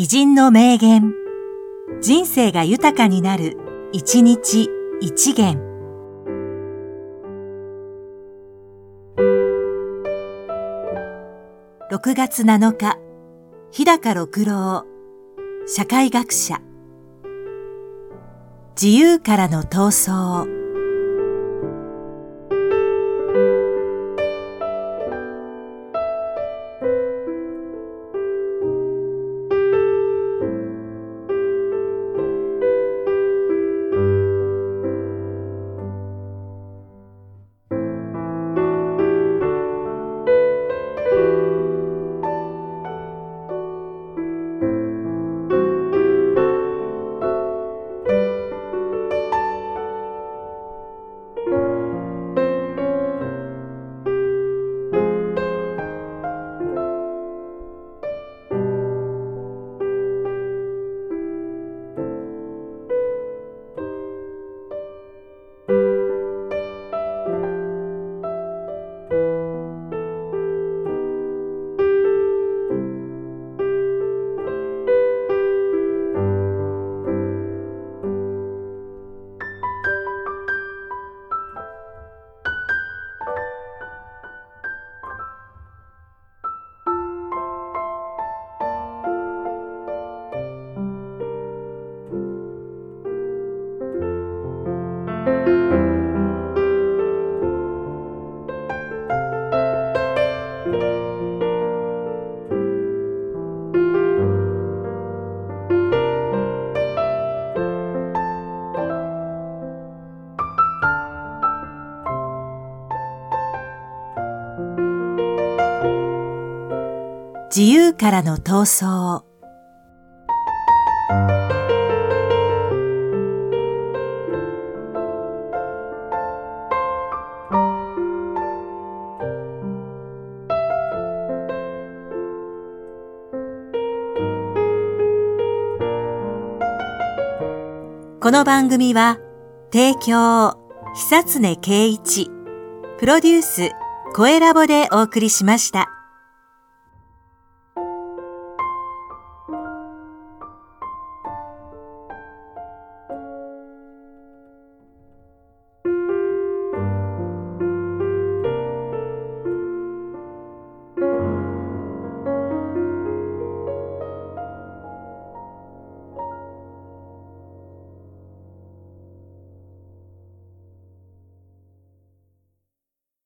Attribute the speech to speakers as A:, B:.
A: 偉人の名言、人生が豊かになる、一日一元。6月7日、日高六郎、社会学者。自由からの闘争。自由からの闘争。この番組は提供久常圭一、プロデュース声ラボでお送りしました。